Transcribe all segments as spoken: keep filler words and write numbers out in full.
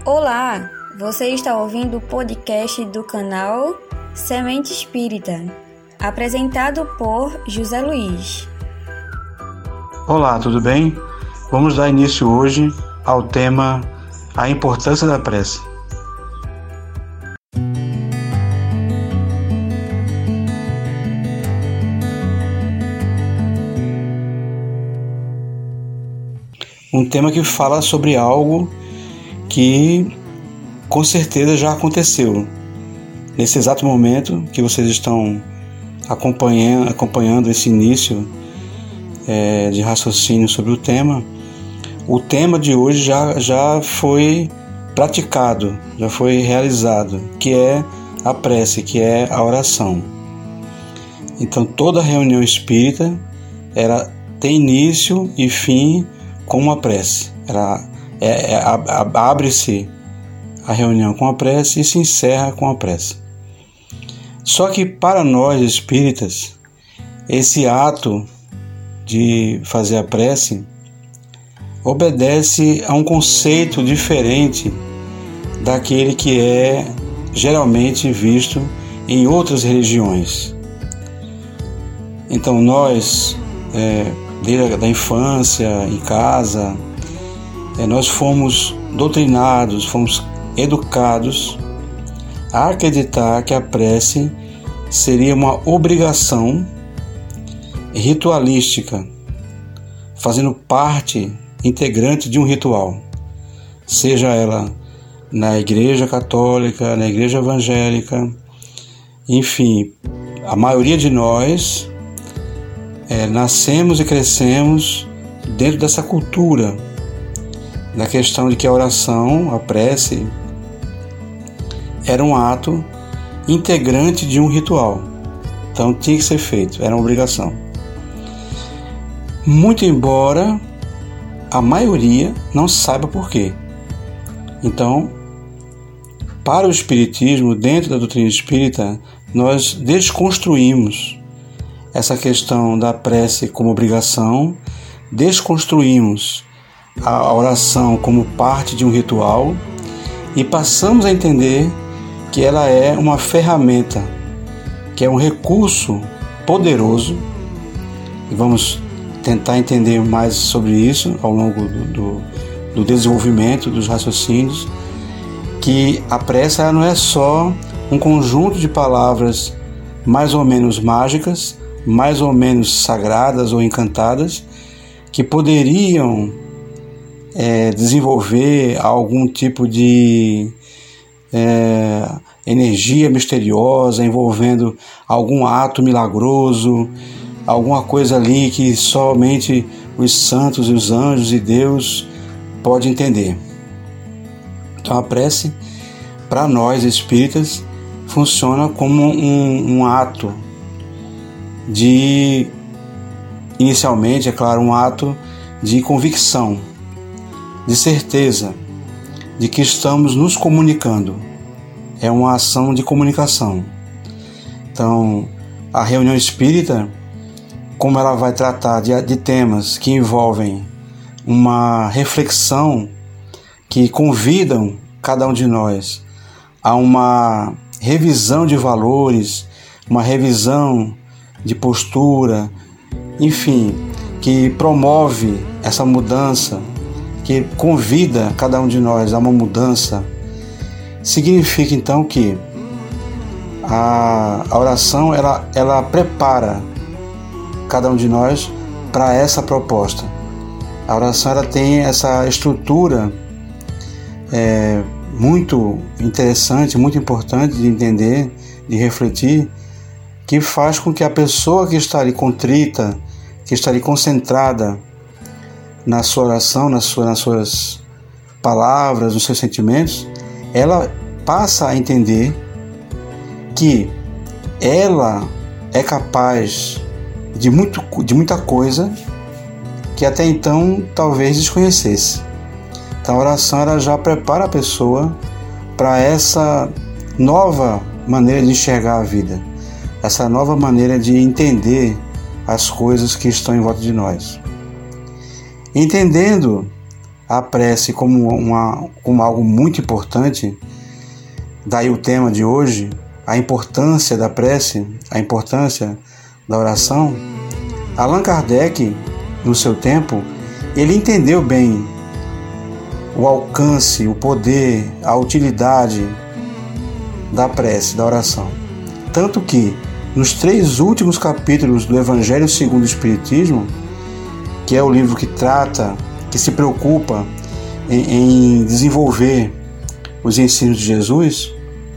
Olá, você está ouvindo o podcast do canal Semente Espírita, apresentado por José Luiz. Olá, tudo bem? Vamos dar início hoje ao tema A Importância da Prece. Um tema que fala sobre algo que com certeza já aconteceu. Nesse exato momento que vocês estão acompanhando, acompanhando esse início é, de raciocínio sobre o tema, o tema de hoje já, já foi praticado, já foi realizado, que é a prece, que é a oração. Então toda reunião espírita ela tem início e fim com uma prece. Ela é, é, abre-se a reunião com a prece e se encerra com a prece. Só que para nós espíritas, esse ato de fazer a prece obedece a um conceito diferente daquele que é geralmente visto em outras religiões. Então nós, é, desde a infância, em casa, é, nós fomos doutrinados, fomos educados a acreditar que a prece seria uma obrigação ritualística, fazendo parte integrante de um ritual, seja ela na igreja católica, na igreja evangélica, enfim, a maioria de nós é, nascemos e crescemos dentro dessa cultura, da questão de que a oração, a prece, era um ato integrante de um ritual. Então tinha que ser feito, era uma obrigação. Muito embora a maioria não saiba por quê. Então, para o Espiritismo, dentro da doutrina espírita, nós desconstruímos essa questão da prece como obrigação, desconstruímos a oração como parte de um ritual e passamos a entender que ela é uma ferramenta, que é um recurso poderoso, e vamos tentar entender mais sobre isso ao longo do, do, do desenvolvimento dos raciocínios, que a prece ela não é só um conjunto de palavras mais ou menos mágicas, mais ou menos sagradas ou encantadas, que poderiam é, desenvolver algum tipo de é, energia misteriosa envolvendo algum ato milagroso, alguma coisa ali que somente os santos e os anjos e Deus pode entender. Então a prece, para nós espíritas, funciona como um, um ato de, inicialmente, é claro, um ato de convicção, de certeza de que estamos nos comunicando. É uma ação de comunicação. Então, a reunião espírita, como ela vai tratar de, de temas que envolvem uma reflexão, que convidam cada um de nós a uma revisão de valores, uma revisão de postura, enfim, que promove essa mudança, que convida cada um de nós a uma mudança, significa então que a, a oração ela, ela prepara cada um de nós para essa proposta. A oração ela tem essa estrutura é, muito interessante, muito importante de entender, de refletir, que faz com que a pessoa que está ali contrita, que está ali concentrada na sua oração, nas suas, nas suas palavras, nos seus sentimentos, ela passa a entender que ela é capaz de, muito, de muita coisa que até então talvez desconhecesse. Então a oração ela já prepara a pessoa para essa nova maneira de enxergar a vida, essa nova maneira de entender as coisas que estão em volta de nós. Entendendo a prece como, uma, como algo muito importante, daí o tema de hoje, a importância da prece, a importância da oração, Allan Kardec, no seu tempo, ele entendeu bem o alcance, o poder, a utilidade da prece, da oração. Tanto que, nos três últimos capítulos do Evangelho segundo o Espiritismo, que é o livro que trata, que se preocupa em, em desenvolver os ensinos de Jesus,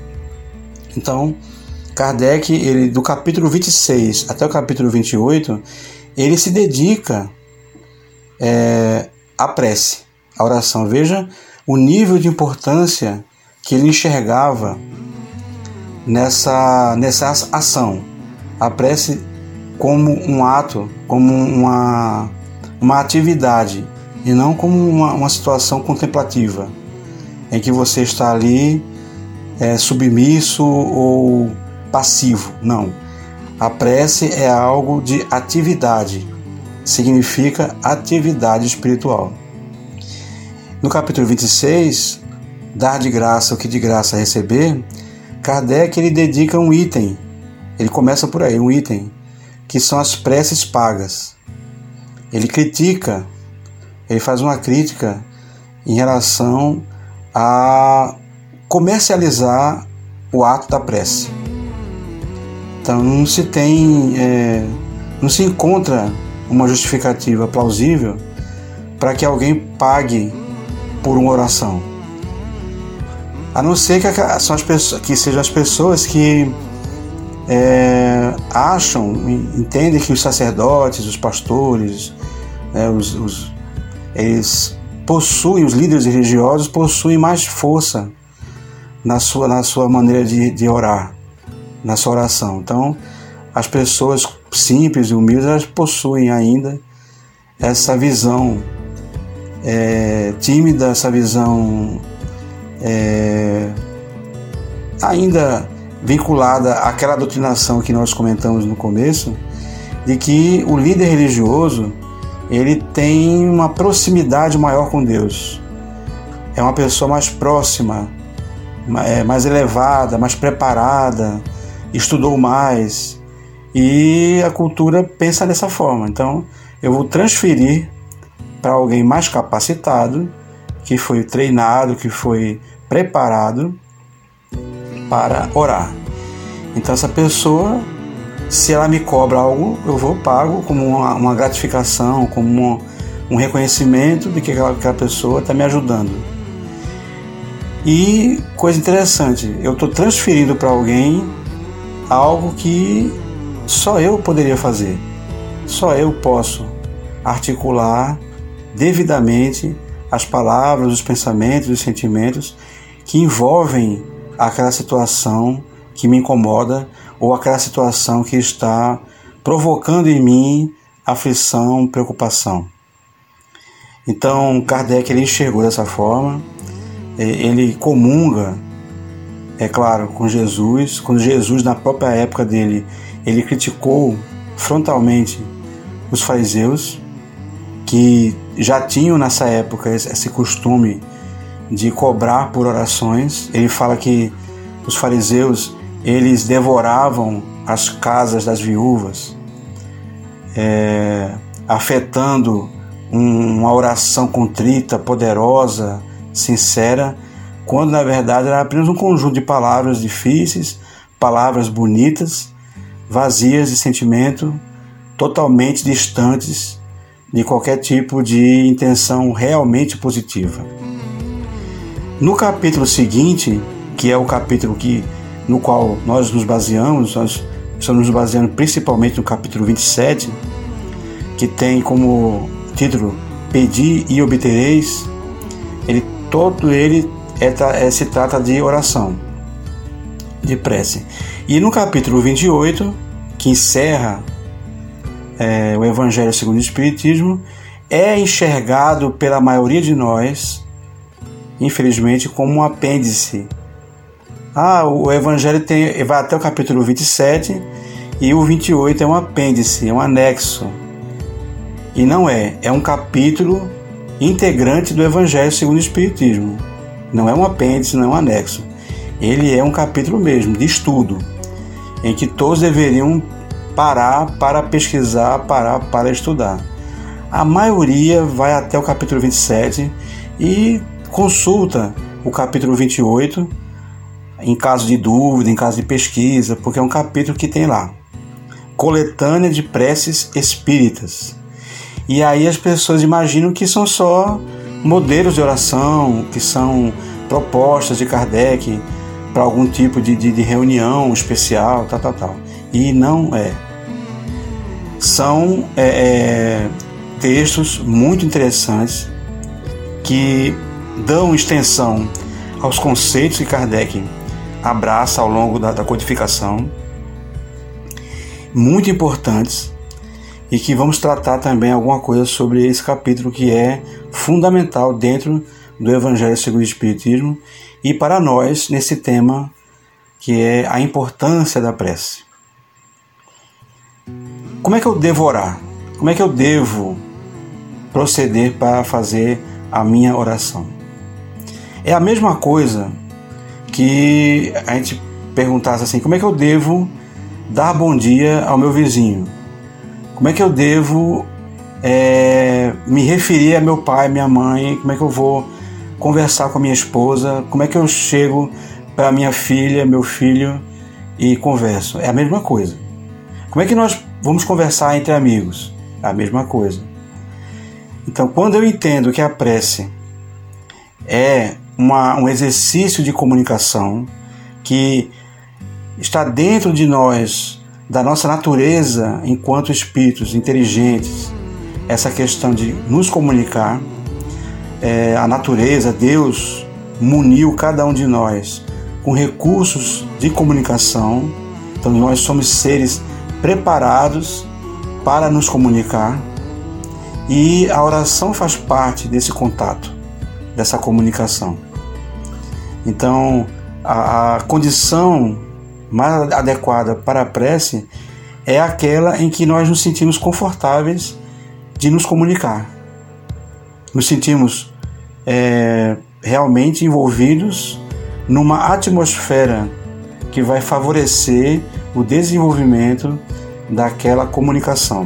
então, Kardec, ele, do capítulo vinte e seis até o capítulo vinte e oito, ele se dedica é, à prece, à oração. Veja o nível de importância que ele enxergava nessa, nessa ação. A prece como um ato, como uma, uma atividade, e não como uma, uma situação contemplativa, em que você está ali é, submisso ou passivo. Não. A prece é algo de atividade, significa atividade espiritual. No capítulo vinte e seis, dar de graça o que de graça receber, Kardec ele dedica um item, ele começa por aí, um item, que são as preces pagas. Ele critica, ele faz uma crítica em relação a comercializar o ato da prece. Então não se tem, é, não se encontra uma justificativa plausível para que alguém pague por uma oração. A não ser que, são as pessoas, que sejam as pessoas que é, acham, entendem que os sacerdotes, os pastores, né, os, os, eles possuem, os líderes religiosos possuem mais força na sua, na sua maneira de, de orar, na sua oração. Então, as pessoas simples e humildes, elas possuem ainda essa visão é, tímida, essa visão é, ainda vinculada àquela doutrinação que nós comentamos no começo, de que o líder religioso ele tem uma proximidade maior com Deus. É uma pessoa mais próxima, mais elevada, mais preparada, estudou mais, e a cultura pensa dessa forma. Então eu vou transferir para alguém mais capacitado, que foi treinado, que foi preparado para orar. Então essa pessoa, se ela me cobra algo, eu vou pago como uma, uma gratificação, como um, um reconhecimento de que aquela, aquela pessoa está me ajudando. E coisa interessante, eu estou transferindo para alguém algo que só eu poderia fazer, só eu posso articular devidamente as palavras, os pensamentos, os sentimentos que envolvem aquela situação que me incomoda ou aquela situação que está provocando em mim aflição, preocupação. Então Kardec ele enxergou dessa forma, ele comunga, é claro, com Jesus. Quando Jesus, na própria época dele, ele criticou frontalmente os fariseus, que já tinham nessa época esse costume de cobrar por orações. Ele fala que os fariseus eles devoravam as casas das viúvas, é, afetando um, uma oração contrita, poderosa, sincera, quando na verdade era apenas um conjunto de palavras difíceis, palavras bonitas, vazias de sentimento, totalmente distantes de qualquer tipo de intenção realmente positiva. No capítulo seguinte, que é o capítulo que, no qual nós nos baseamos, nós estamos nos baseando principalmente no capítulo vinte e sete, que tem como título Pedi e obtereis, ele, todo ele é, é, se trata de oração, de prece. E no capítulo vinte e oito, que encerra é, o Evangelho segundo o Espiritismo, é enxergado pela maioria de nós, infelizmente, como um apêndice. Ah, o Evangelho tem, vai até o capítulo vinte e sete e o vinte e oito é um apêndice, é um anexo. E não é, é um capítulo integrante do Evangelho segundo o Espiritismo. Não é um apêndice, não é um anexo. Ele é um capítulo mesmo, de estudo, em que todos deveriam parar para pesquisar, parar para estudar. A maioria vai até o capítulo vinte e sete e consulta o capítulo vinte e oito em caso de dúvida, em caso de pesquisa, porque é um capítulo que tem lá coletânea de preces espíritas. E aí as pessoas imaginam que são só modelos de oração, que são propostas de Kardec para algum tipo de, de, de reunião especial, tal, tal, tal. E não é. São é, é, textos muito interessantes que dão extensão aos conceitos que Kardec abraça ao longo da, da codificação, muito importantes, e que vamos tratar também alguma coisa sobre esse capítulo que é fundamental dentro do Evangelho segundo o Espiritismo e para nós nesse tema que é a importância da prece. Como é que eu devo orar? Como é que eu devo proceder para fazer a minha oração? É a mesma coisa que a gente perguntasse assim, como é que eu devo dar bom dia ao meu vizinho? Como é que eu devo é, me referir a meu pai, minha mãe? Como é que eu vou conversar com a minha esposa? Como é que eu chego para minha filha, meu filho e converso? É a mesma coisa. Como é que nós vamos conversar entre amigos? É a mesma coisa. Então, quando eu entendo que a prece é uma, um exercício de comunicação que está dentro de nós, da nossa natureza enquanto espíritos inteligentes, essa questão de nos comunicar, é, a natureza, Deus muniu cada um de nós com recursos de comunicação, então nós somos seres preparados para nos comunicar e a oração faz parte desse contato, dessa comunicação. Então, a, a condição mais adequada para a prece é aquela em que nós nos sentimos confortáveis de nos comunicar. Nos sentimos é, realmente envolvidos numa atmosfera que vai favorecer o desenvolvimento daquela comunicação.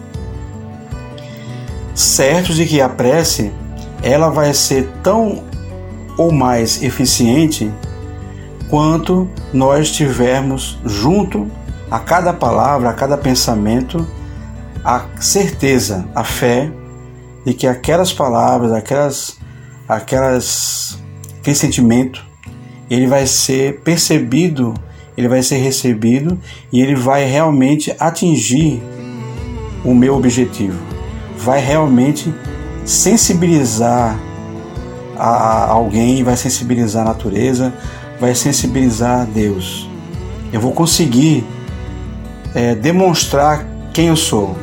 Certos de que a prece ela vai ser tão ou mais eficiente quanto nós tivermos junto a cada palavra, a cada pensamento, a certeza, a fé de que aquelas palavras, aquelas, aquelas, aquele sentimento, ele vai ser percebido, ele vai ser recebido e ele vai realmente atingir o meu objetivo, vai realmente sensibilizar a alguém, vai sensibilizar a natureza, vai sensibilizar a Deus. Eu vou conseguir é, demonstrar quem eu sou.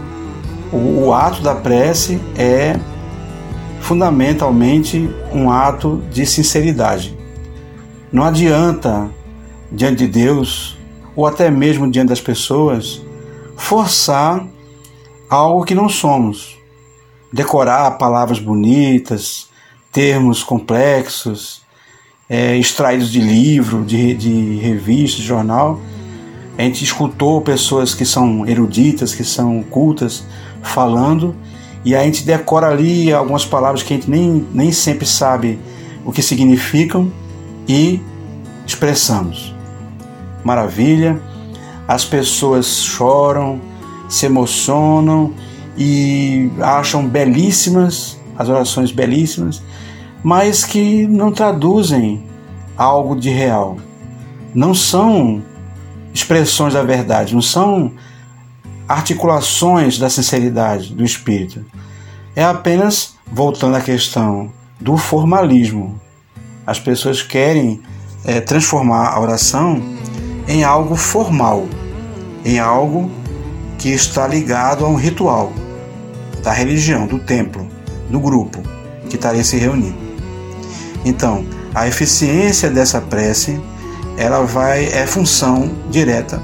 O, o ato da prece é fundamentalmente um ato de sinceridade. Não adianta, diante de Deus, ou até mesmo diante das pessoas, forçar algo que não somos. Decorar palavras bonitas, termos complexos, É, extraídos de livro, de, de revista, de jornal. A gente escutou pessoas que são eruditas, que são cultas, falando, e a gente decora ali algumas palavras que a gente nem, nem sempre sabe o que significam e expressamos. Maravilha, as pessoas choram, se emocionam e acham belíssimas, as orações belíssimas, mas que não traduzem algo de real. Não são expressões da verdade, não são articulações da sinceridade do espírito. É apenas, voltando à questão do formalismo. As pessoas querem é, transformar a oração em algo formal, em algo que está ligado a um ritual da religião, do templo, do grupo que estaria se reunindo. Então, a eficiência dessa prece, ela vai, é função direta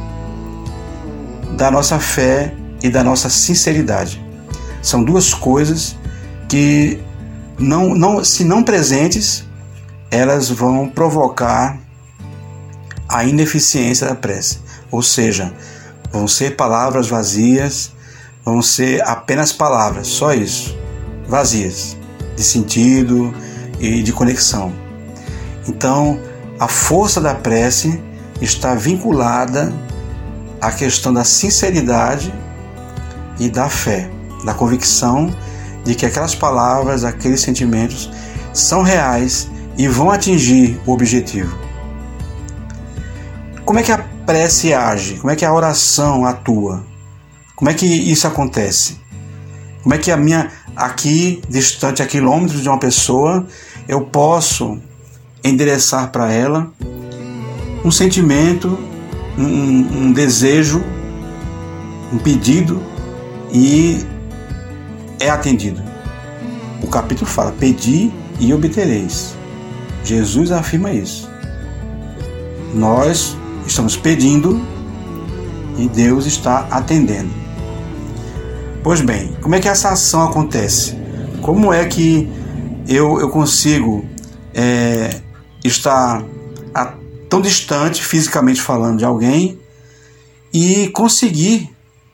da nossa fé e da nossa sinceridade. São duas coisas que não, não, se não presentes, elas vão provocar a ineficiência da prece. Ou seja, vão ser palavras vazias, vão ser apenas palavras, só isso, vazias, de sentido e de conexão. Então, a força da prece está vinculada à questão da sinceridade e da fé, da convicção de que aquelas palavras, aqueles sentimentos são reais e vão atingir o objetivo. Como é que a prece age? Como é que a oração atua? Como é que isso acontece? Como é que a minha, aqui, distante a quilômetros de uma pessoa, eu posso endereçar para ela um sentimento, um, um desejo, um pedido, e é atendido? O capítulo fala: pedi e obtereis. Jesus afirma isso. Nós estamos pedindo e Deus está atendendo. Pois bem, como é que essa ação acontece? Como é que eu, eu consigo é, estar a, tão distante, fisicamente falando, de alguém e conseguir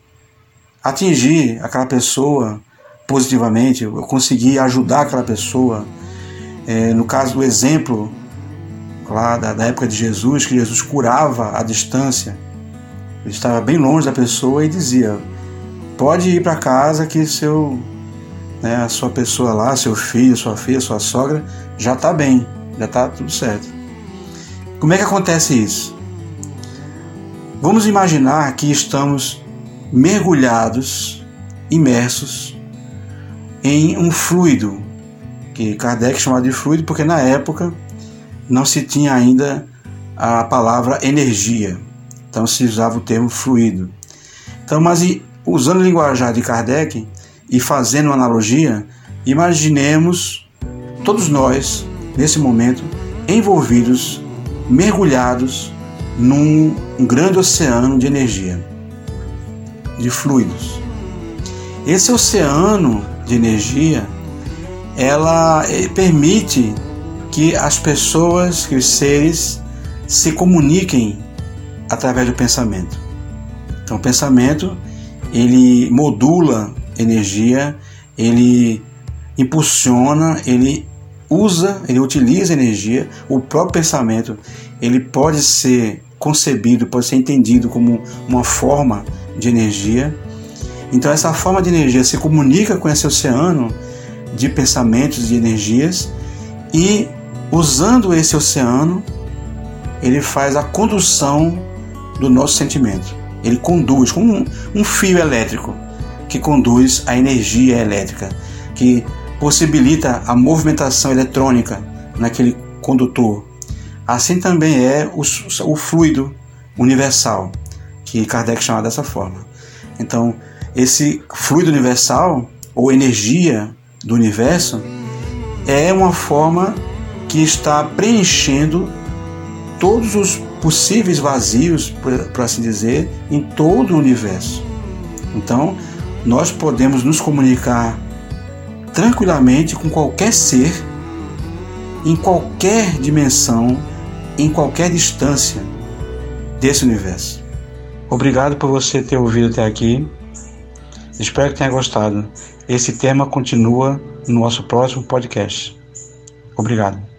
atingir aquela pessoa positivamente, eu conseguir ajudar aquela pessoa? É, no caso do exemplo lá da, da época de Jesus, que Jesus curava à distância, ele estava bem longe da pessoa e dizia: pode ir para casa que seu, né, a sua pessoa lá, seu filho, sua filha, sua sogra, já está bem, já está tudo certo. Como é que acontece isso? Vamos imaginar que estamos mergulhados, imersos em um fluido, que Kardec chamava de fluido porque na época não se tinha ainda a palavra energia, então se usava o termo fluido. Então, mas usando o linguajar de Kardec e fazendo uma analogia, imaginemos todos nós, nesse momento, envolvidos, mergulhados num um grande oceano de energia, de fluidos. Esse oceano de energia, ela permite que as pessoas, que os seres se comuniquem através do pensamento. Então o pensamento, ele modula energia, ele impulsiona, ele usa, ele utiliza energia. O próprio pensamento, ele pode ser concebido, pode ser entendido como uma forma de energia. Então essa forma de energia se comunica com esse oceano de pensamentos, de energias, e usando esse oceano, ele faz a condução do nosso sentimento. Ele conduz, como um, um fio elétrico que conduz a energia elétrica, que possibilita a movimentação eletrônica naquele condutor. Assim também é o, o fluido universal, que Kardec chama dessa forma. Então, esse fluido universal, ou energia do universo, é uma forma que está preenchendo todos os possíveis vazios, por, por assim dizer, em todo o universo. Então, nós podemos nos comunicar tranquilamente com qualquer ser, em qualquer dimensão, em qualquer distância desse universo. Obrigado por você ter ouvido até aqui. Espero que tenha gostado. Esse tema continua no nosso próximo podcast. Obrigado.